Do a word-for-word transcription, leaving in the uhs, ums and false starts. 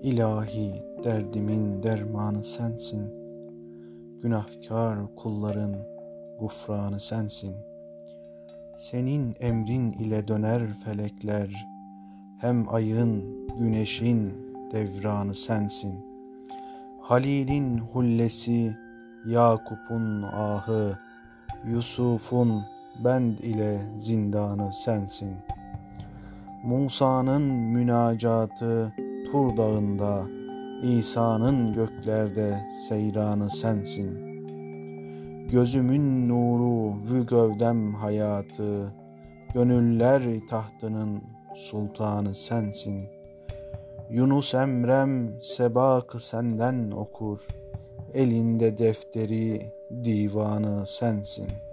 İlahi derdimin dermanı sensin. Günahkar kulların gufranı sensin. Senin emrin ile döner felekler. Hem ayın, güneşin devranı sensin. Halil'in hullesi, Yakup'un ahı, Yusuf'un bend ile zindanı sensin. Musa'nın münacatı Tur dağında, İsa'nın göklerde seyranı sensin. Gözümün nuru vü gövdem hayatı, gönüller tahtının sultanı sensin. Yunus Emrem sebakı senden okur, elinde defteri divanı sensin.